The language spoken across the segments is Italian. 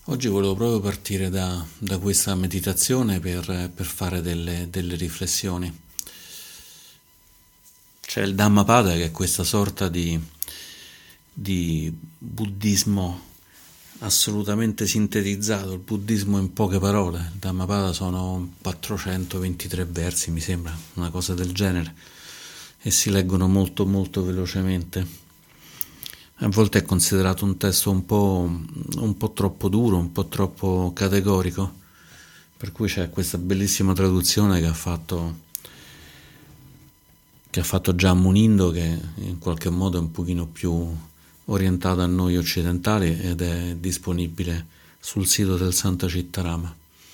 Oggi volevo proprio partire da questa meditazione per fare delle riflessioni. C'è il Dhammapada, che è questa sorta di buddismo assolutamente sintetizzato, il buddismo in poche parole. Il Dhammapada sono 423 versi, mi sembra, una cosa del genere, e si leggono molto molto velocemente. A volte è considerato un testo un po' troppo duro, un po' troppo categorico, per cui c'è questa bellissima traduzione che ha fatto Gian Munindo, che in qualche modo è un pochino più orientata a noi occidentali ed è disponibile sul sito del Santa Cittarama.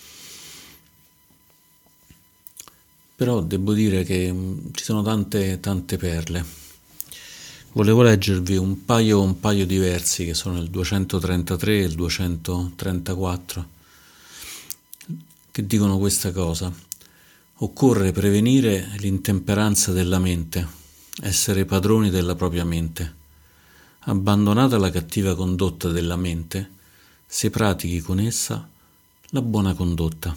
Però devo dire che ci sono tante perle. Volevo leggervi un paio di versi, che sono il 233 e il 234, che dicono questa cosa: occorre prevenire l'intemperanza della mente, essere padroni della propria mente. Abbandonata la cattiva condotta della mente, si pratichi con essa la buona condotta.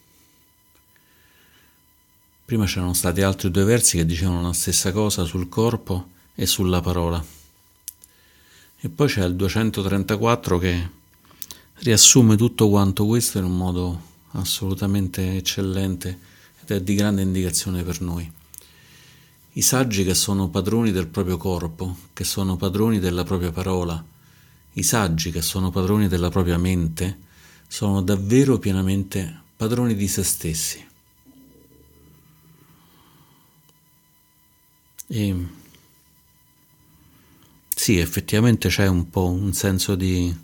Prima c'erano stati altri due versi che dicevano la stessa cosa sul corpo e sulla parola. E poi c'è il 234 che riassume tutto quanto questo in un modo assolutamente eccellente ed è di grande indicazione per noi. I saggi che sono padroni del proprio corpo, che sono padroni della propria parola, i saggi che sono padroni della propria mente, sono davvero pienamente padroni di se stessi. E sì, effettivamente c'è un po' un senso di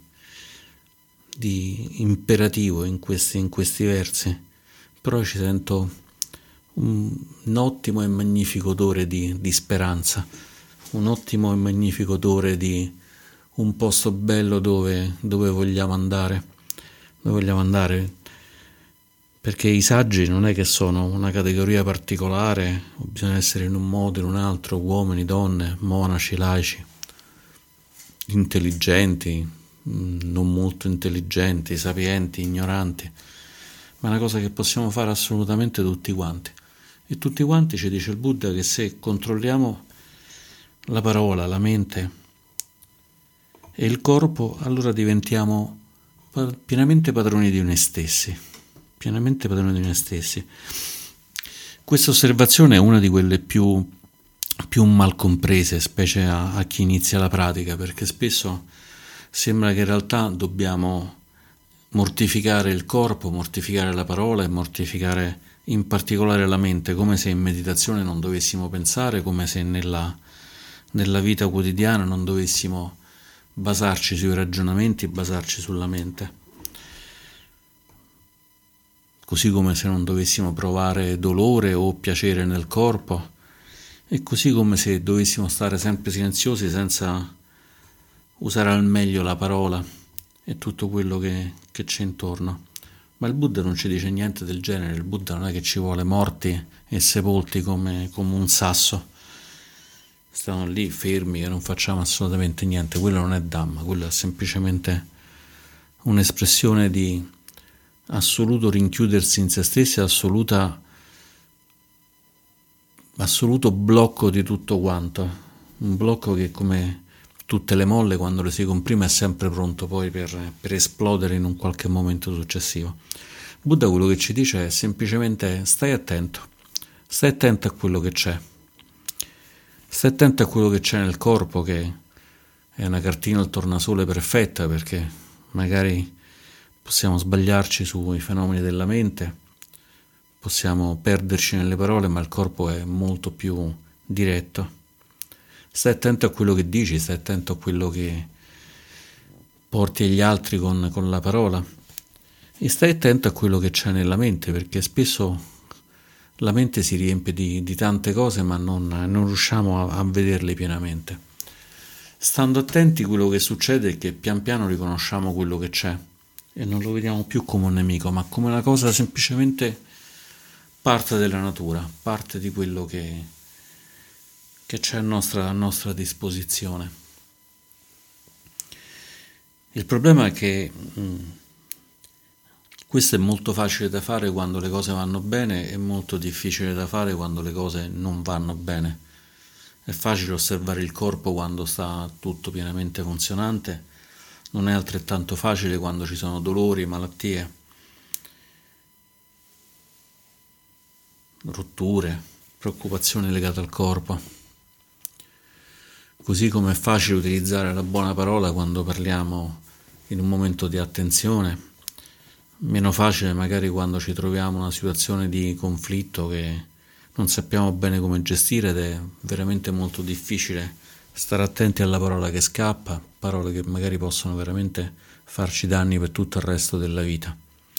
imperativo in questi versi, però ci sento un ottimo e magnifico odore di speranza, un ottimo e magnifico odore di un posto bello dove vogliamo andare, perché i saggi non è che sono una categoria particolare, o bisogna essere in un modo o in un altro, uomini, donne, monaci, laici, intelligenti, non molto intelligenti, sapienti, ignoranti, ma è una cosa che possiamo fare assolutamente tutti quanti. E tutti quanti, ci dice il Buddha, che se controlliamo la parola, la mente e il corpo, allora diventiamo pienamente padroni di noi stessi. Pienamente padroni di noi stessi. Questa osservazione è una di quelle più mal comprese, specie a chi inizia la pratica, perché spesso sembra che in realtà dobbiamo mortificare il corpo, mortificare la parola e mortificare in particolare la mente, come se in meditazione non dovessimo pensare, come se nella vita quotidiana non dovessimo basarci sui ragionamenti, basarci sulla mente. Così come se non dovessimo provare dolore o piacere nel corpo, e così come se dovessimo stare sempre silenziosi senza usare al meglio la parola e tutto quello che c'è intorno. Ma il Buddha non ci dice niente del genere. Il Buddha non è che ci vuole morti e sepolti come un sasso. Stiamo lì fermi che non facciamo assolutamente niente. Quello non è Dhamma, quello è semplicemente un'espressione di assoluto rinchiudersi in se stessi, assoluto blocco di tutto quanto, un blocco che, come tutte le molle, quando le si comprime è sempre pronto poi per esplodere in un qualche momento successivo. Buddha quello che ci dice è semplicemente: stai attento a quello che c'è, stai attento a quello che c'è nel corpo, che è una cartina al tornasole perfetta, perché magari possiamo sbagliarci sui fenomeni della mente, possiamo perderci nelle parole, ma il corpo è molto più diretto. Stai attento a quello che dici, stai attento a quello che porti agli altri con la parola, e stai attento a quello che c'è nella mente, perché spesso la mente si riempie di tante cose, ma non riusciamo a vederle pienamente. Stando attenti, quello che succede è che pian piano riconosciamo quello che c'è e non lo vediamo più come un nemico, ma come una cosa semplicemente parte della natura, parte di quello che c'è a nostra disposizione. Il problema è che Questo è molto facile da fare quando le cose vanno bene e molto difficile da fare quando le cose non vanno bene. È facile osservare il corpo quando sta tutto pienamente funzionante, non è altrettanto facile quando ci sono dolori, malattie, rotture, preoccupazioni legate al corpo. Così come è facile utilizzare la buona parola quando parliamo in un momento di attenzione, meno facile magari quando ci troviamo in una situazione di conflitto che non sappiamo bene come gestire ed è veramente molto difficile stare attenti alla parola che scappa, parole che magari possono veramente farci danni per tutto il resto della vita.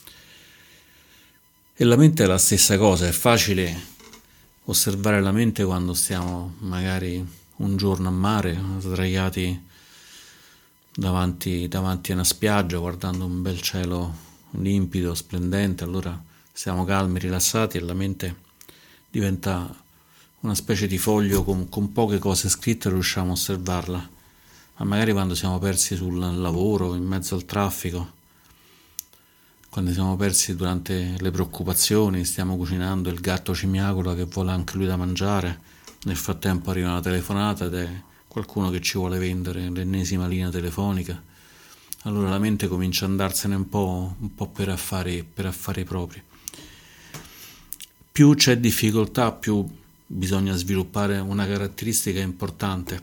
E la mente è la stessa cosa, è facile osservare la mente quando stiamo magari un giorno a mare, sdraiati davanti a una spiaggia, guardando un bel cielo limpido, splendente, allora siamo calmi, rilassati e la mente diventa una specie di foglio con poche cose scritte e riusciamo a osservarla. Ma magari quando siamo persi sul lavoro, in mezzo al traffico, quando siamo persi durante le preoccupazioni, stiamo cucinando, il gatto ci miagola che vuole anche lui da mangiare, nel frattempo arriva una telefonata ed è qualcuno che ci vuole vendere l'ennesima linea telefonica, allora la mente comincia ad andarsene un po' per affari propri. Più c'è difficoltà, più bisogna sviluppare una caratteristica importante,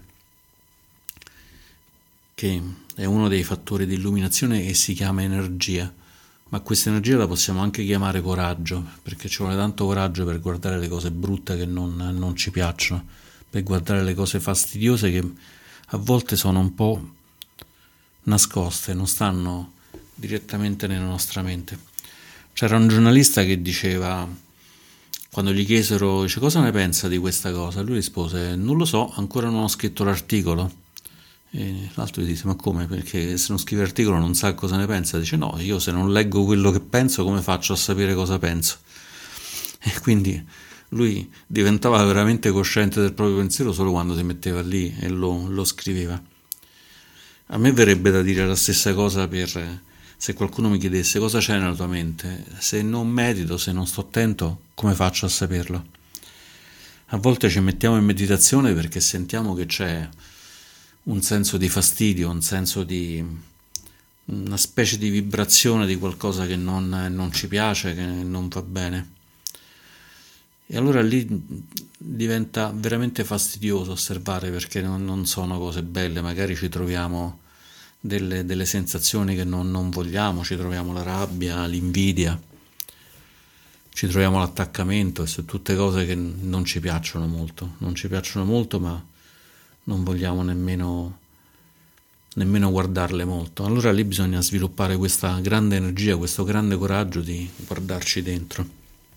che è uno dei fattori di illuminazione e si chiama energia. Ma questa energia la possiamo anche chiamare coraggio, perché ci vuole tanto coraggio per guardare le cose brutte che non ci piacciono, per guardare le cose fastidiose che a volte sono un po' nascoste, non stanno direttamente nella nostra mente. C'era un giornalista che diceva, quando gli chiesero, dice, cosa ne pensa di questa cosa? Lui rispose, non lo so, ancora non ho scritto l'articolo. E l'altro gli disse, ma come? Perché se non scrive l'articolo non sa cosa ne pensa? Dice, no, io se non leggo quello che penso, come faccio a sapere cosa penso? E quindi lui diventava veramente cosciente del proprio pensiero solo quando si metteva lì e lo scriveva. A me verrebbe da dire la stessa cosa per se qualcuno mi chiedesse cosa c'è nella tua mente. Se non medito, se non sto attento, come faccio a saperlo? A volte ci mettiamo in meditazione perché sentiamo che c'è un senso di fastidio, un senso di una specie di vibrazione di qualcosa che non ci piace, che non va bene. E allora lì diventa veramente fastidioso osservare perché non sono cose belle, magari ci troviamo delle sensazioni che non vogliamo, ci troviamo la rabbia, l'invidia, ci troviamo l'attaccamento, e sono tutte cose che non ci piacciono molto, ma non vogliamo nemmeno guardarle molto. Allora lì bisogna sviluppare questa grande energia, questo grande coraggio di guardarci dentro.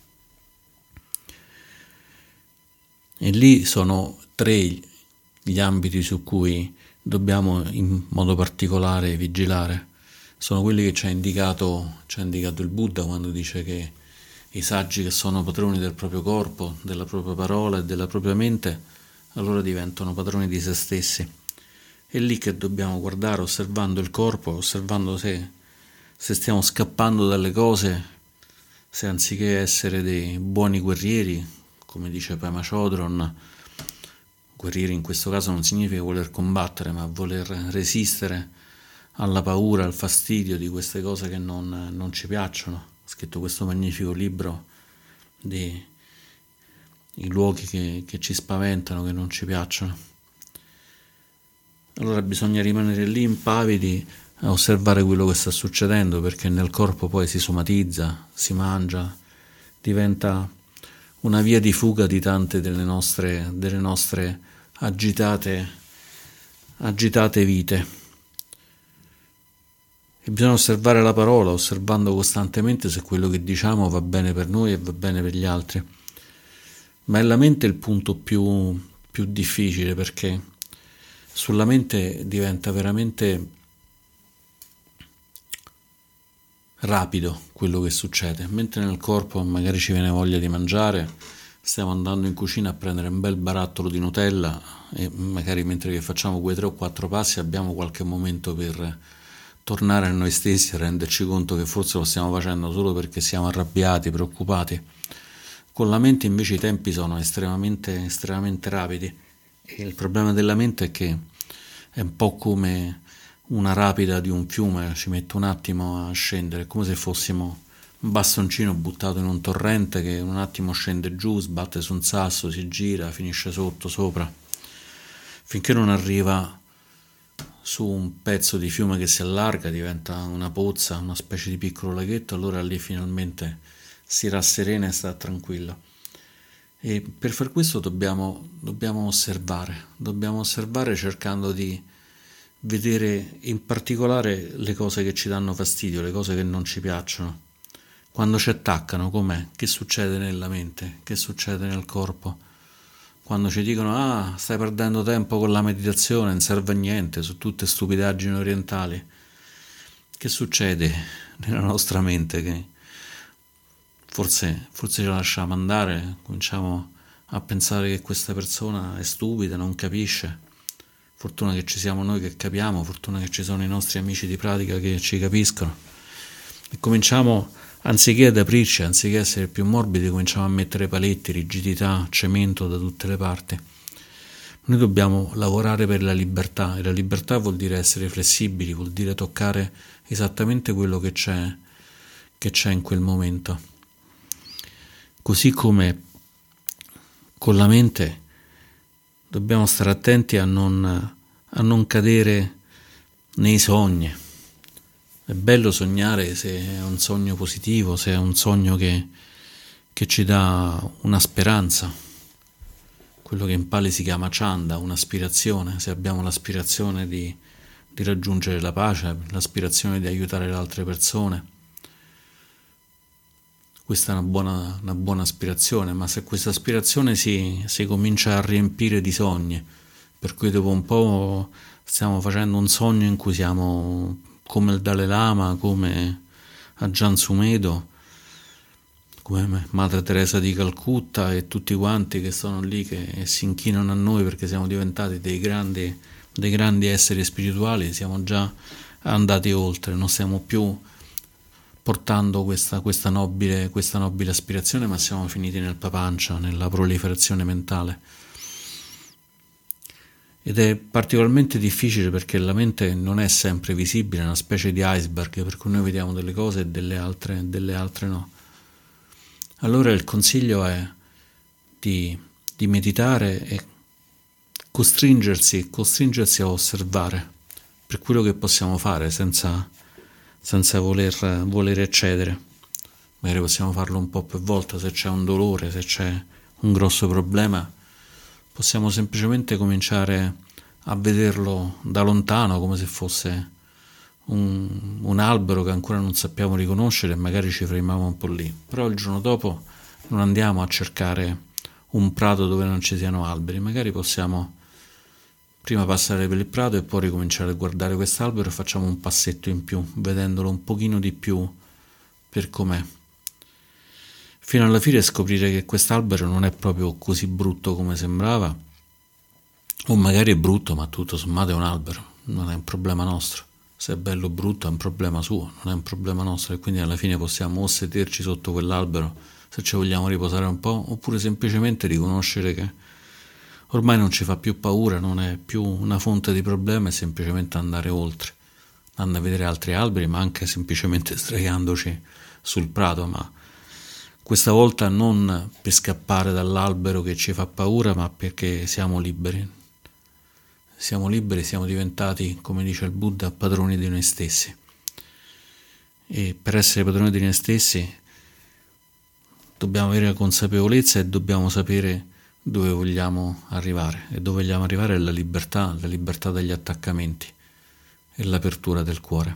E lì sono 3 gli ambiti su cui dobbiamo in modo particolare vigilare. Sono quelli che ci ha indicato il Buddha quando dice che i saggi che sono padroni del proprio corpo, della propria parola e della propria mente, allora diventano padroni di se stessi. È lì che dobbiamo guardare, osservando il corpo, osservando se stiamo scappando dalle cose, se anziché essere dei buoni guerrieri, come dice Pema Chodron, guerrieri in questo caso non significa voler combattere, ma voler resistere alla paura, al fastidio di queste cose che non ci piacciono. Ha scritto questo magnifico libro di i luoghi che ci spaventano, che non ci piacciono. Allora bisogna rimanere lì impavidi a osservare quello che sta succedendo, perché nel corpo poi si somatizza, si mangia, diventa una via di fuga di tante delle nostre agitate vite. E bisogna osservare la parola, osservando costantemente se quello che diciamo va bene per noi e va bene per gli altri. Ma è la mente il punto più difficile, perché sulla mente diventa veramente rapido quello che succede, mentre nel corpo magari ci viene voglia di mangiare, stiamo andando in cucina a prendere un bel barattolo di Nutella e magari mentre che facciamo quei 3 o 4 passi abbiamo qualche momento per tornare a noi stessi e renderci conto che forse lo stiamo facendo solo perché siamo arrabbiati, preoccupati. Con la mente invece i tempi sono estremamente rapidi e il problema della mente è che è un po' come una rapida di un fiume, ci mette un attimo a scendere, è come se fossimo un bastoncino buttato in un torrente che un attimo scende giù, sbatte su un sasso, si gira, finisce sotto, sopra, finché non arriva su un pezzo di fiume che si allarga, diventa una pozza, una specie di piccolo laghetto, allora lì finalmente si rasserena e sta tranquillo. E per far questo dobbiamo osservare cercando di vedere in particolare le cose che ci danno fastidio, le cose che non ci piacciono. Quando ci attaccano, com'è? Che succede nella mente? Che succede nel corpo? Quando ci dicono stai perdendo tempo con la meditazione, non serve a niente, sono tutte stupidaggini orientali. Che succede nella nostra mente? Che forse ce la lasciamo andare, cominciamo a pensare che questa persona è stupida, non capisce. Fortuna che ci siamo noi che capiamo, fortuna che ci sono i nostri amici di pratica che ci capiscono. E cominciamo, anziché ad aprirci, anziché essere più morbidi, cominciamo a mettere paletti, rigidità, cemento da tutte le parti. Noi dobbiamo lavorare per la libertà, e la libertà vuol dire essere flessibili, vuol dire toccare esattamente quello che c'è in quel momento. Così come con la mente dobbiamo stare attenti a non cadere nei sogni. È bello sognare se è un sogno positivo, se è un sogno che ci dà una speranza, quello che in Pali si chiama chanda, un'aspirazione. Se abbiamo l'aspirazione di raggiungere la pace, l'aspirazione di aiutare le altre persone, questa è una buona aspirazione, ma se questa aspirazione si comincia a riempire di sogni, per cui dopo un po' stiamo facendo un sogno in cui siamo come il Dalai Lama, come Ajahn Sumedho, come Madre Teresa di Calcutta e tutti quanti che sono lì, che si inchinano a noi perché siamo diventati dei grandi esseri spirituali, siamo già andati oltre, non stiamo più portando questa nobile aspirazione, ma siamo finiti nel papancia, nella proliferazione mentale. Ed è particolarmente difficile perché la mente non è sempre visibile, è una specie di iceberg, per cui noi vediamo delle cose e delle altre no. Allora il consiglio è di meditare e costringersi a osservare per quello che possiamo fare senza voler eccedere. Magari possiamo farlo un po' per volta, se c'è un dolore, se c'è un grosso problema, possiamo semplicemente cominciare a vederlo da lontano come se fosse un albero che ancora non sappiamo riconoscere e magari ci fermiamo un po' lì. Però il giorno dopo non andiamo a cercare un prato dove non ci siano alberi, magari possiamo prima passare per il prato e poi ricominciare a guardare quest'albero e facciamo un passetto in più, vedendolo un pochino di più per com'è, fino alla fine scoprire che quest'albero non è proprio così brutto come sembrava, o magari è brutto ma tutto sommato è un albero, non è un problema nostro. Se è bello o brutto è un problema suo, non è un problema nostro, e quindi alla fine possiamo o sederci sotto quell'albero se ci vogliamo riposare un po', oppure semplicemente riconoscere che ormai non ci fa più paura, non è più una fonte di problemi, è semplicemente andare oltre, andare a vedere altri alberi, ma anche semplicemente sdraiandoci sul prato, ma questa volta non per scappare dall'albero che ci fa paura, ma perché siamo liberi. Siamo liberi, siamo diventati, come dice il Buddha, padroni di noi stessi. E per essere padroni di noi stessi dobbiamo avere la consapevolezza e dobbiamo sapere dove vogliamo arrivare. E dove vogliamo arrivare è la libertà dagli attaccamenti e l'apertura del cuore.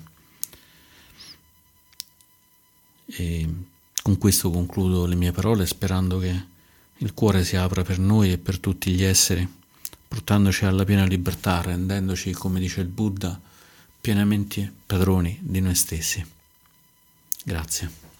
E con questo concludo le mie parole, sperando che il cuore si apra per noi e per tutti gli esseri, portandoci alla piena libertà, rendendoci, come dice il Buddha, pienamente padroni di noi stessi. Grazie.